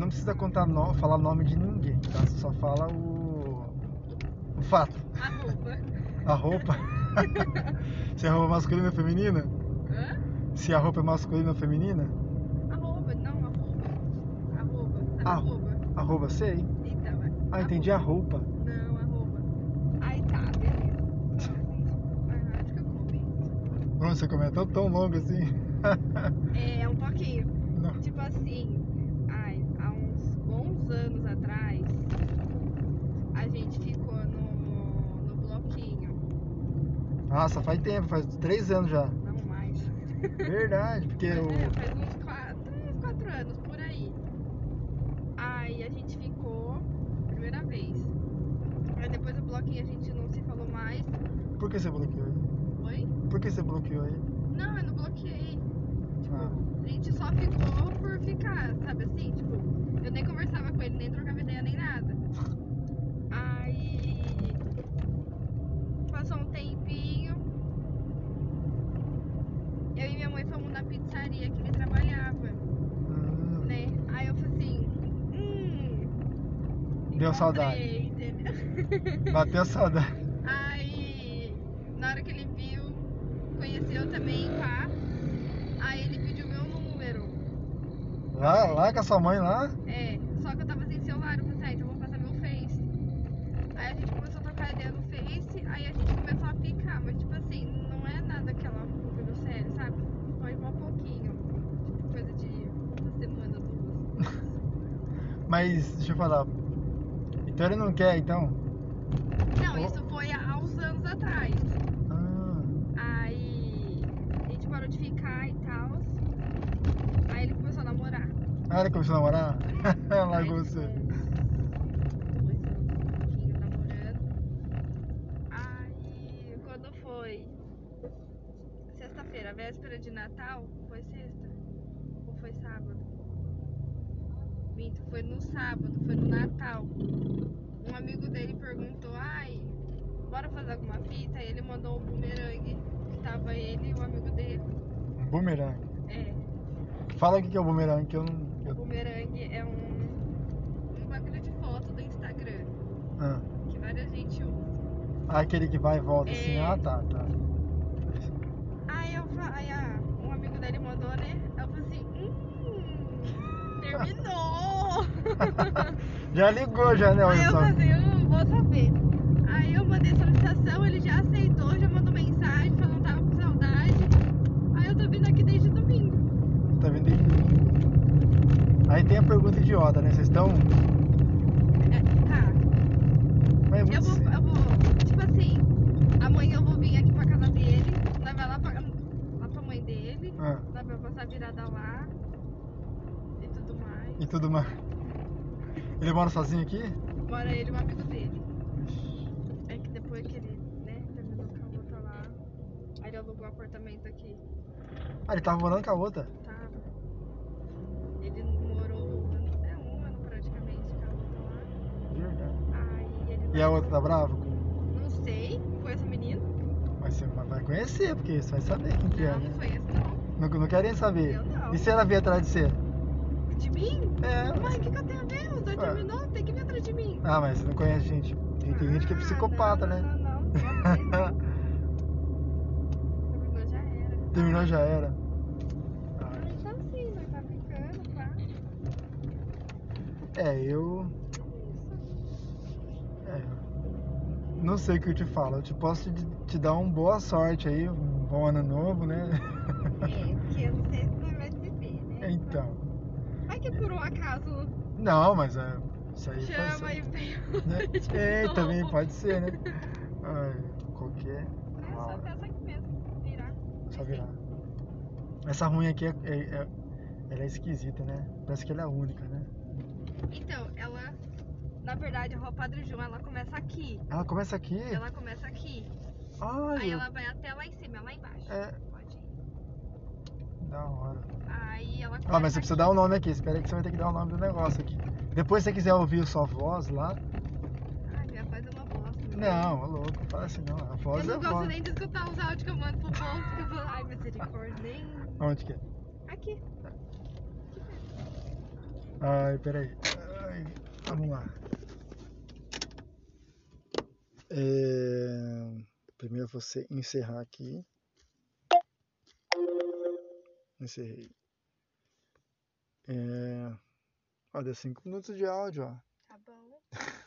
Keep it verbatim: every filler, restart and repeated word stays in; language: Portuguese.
não precisa contar no, falar nome de ninguém, tá? Você só fala o, o fato. A roupa. A roupa. Se a roupa é masculina ou feminina? Hã? Se a roupa é masculina ou feminina? A roupa, não, a roupa. A roupa, sabe Ah, a roupa? A roupa, sei. Então, é. Ah, entendi a roupa. Não, a roupa. Ai, tá, beleza. Ah, acho que eu comi. Nossa, você comentou tão longo assim. É, um pouquinho. Não. Tipo assim, ai, há uns bons anos atrás, a gente ficou no, no bloquinho. Nossa, faz tempo, faz três anos já. Não mais. Verdade, porque É, o. faz uns quatro, três, quatro anos, por aí. Aí a gente ficou, primeira vez. Aí depois do bloquinho a gente não se falou mais. Por que você bloqueou ele? Oi? Por que você bloqueou ele? Não, eu não bloqueei. Tipo, Ah. a gente só ficou por ficar, sabe assim? Tipo, eu nem conversava com ele, nem trocava ideia, nem nada. Aí passou um tempinho. Eu e minha mãe fomos na pizzaria que ele trabalhava, Hum, né? Aí eu falei assim, hum. Deu encontrei, saudade. entendeu? Bateu saudade. Aí, na hora que ele viu, conheceu também, pá. Aí ele pediu meu número. Lá, lá com a sua mãe lá? É, só que eu tava sem celular, eu falei assim, ah, então eu vou passar meu Face. Aí a gente começou a trocar ideia no Face, aí a gente começou a ficar, mas tipo assim, não é nada aquela coisa séria, sabe? Foi um pouquinho, tipo coisa de uma semana, duas. Mas, deixa eu falar. Então ele não quer, então? Não, isso foi há uns anos atrás. Ah, Aí a gente parou de ficar e tal. Aí ele começou a namorar. ah, ele começou a namorar? Largou Aí você. ficou uns dois anos, um pouquinho namorando. Aí quando foi sexta-feira, véspera de Natal, foi sexta? Ou foi sábado? Minto, foi no sábado, foi no Natal. Um amigo dele perguntou, ai, bora fazer alguma fita? Aí ele mandou um bumerangue, que tava ele e o amigo dele. Bumerangue. É, Fala o que que é o bumerangue, que eu não. o Eu... bumerangue é um, um bagulho de foto do Instagram, Ah. que várias gente usa. Ah, aquele que vai e volta assim. É. Ah, tá, tá. Aí, eu, fa- aí ah, um amigo dele mandou, né? Eu falei assim, hum, terminou! Já ligou, já, né? Aí Olha eu só. falei assim, hum, vou saber. Aí eu mandei solicitação, ele já aceitou, já mandou mensagem, falando que tava com saudade. Aí eu tô vindo aqui desde domingo. Tá vendo aí? Aí tem a pergunta idiota, né? Vocês estão. É, tá, Mas é muito eu vou, cedo. eu vou, tipo assim, amanhã eu vou vir aqui pra casa dele, nós vai lá pra, lá pra mãe dele, Ah. nós vai passar a virada lá e tudo mais. E tudo mais. Ele mora sozinho aqui? Mora ele e um amigo dele. É que depois que ele, né, terminou com a outra lá, aí ele alugou um apartamento aqui. Ah, ele tava morando com a outra. Tava. Ele morou é, um ano praticamente com a outra lá. Verdade. Aí ele E a largou- outra tá brava? com- Não sei, foi essa menina? Mas você vai conhecer, porque você vai saber quem que é, Não, né? não foi essa não. Não, não querem saber. Eu não. E se ela vier atrás de você? De mim? É. Mas o que, que eu tenho a ver? Os dois Ué. terminou, tem que vir atrás de mim. Ah, mas você não conhece gente. Tem, tem gente que é Ah, psicopata, não, né? Não, não, não. não. Terminou, já era. Terminou, já era. Ah, então assim, nós tá ficando, pá. É, eu. É, não sei o que eu te falo. Eu te posso te, te dar uma boa sorte aí, um bom ano novo, né? É, porque eu não sei se nós vai se ver, né? Então. Vai que por um acaso Não, mas é. Isso aí chama faz. e vem Né? de É, novo. também pode ser, né? Ai, qualquer. É só Ah, pensar aqui mesmo, virar. só virar. Essa ruim aqui é, é, é- ela é esquisita, né? Parece que ela é única, né? Então, ela, na verdade, a Rua Padre João, ela começa aqui. Ela começa aqui. Ela começa aqui. Ai, Aí eu- ela vai até lá em cima, lá embaixo. É. Pode ir. Da hora. Aí ela começa Ah, mas você precisa aqui. dar o nome aqui. Espera aí que você vai ter que dar o nome do negócio aqui. Depois, se você quiser ouvir a sua voz lá. Ai, minha voz é uma bosta. Não, ô louco, fala assim não. A voz Eu é não gosto voz. nem de escutar os áudios que eu mando pro povo, porque eu falo, ai, misericórdia, nem... Onde que é? Aqui. Ai, peraí. Ai, vamos lá. É... Primeiro você encerrar aqui. Encerrei. É... Ó, deu cinco minutos de áudio, ó. Tá bom.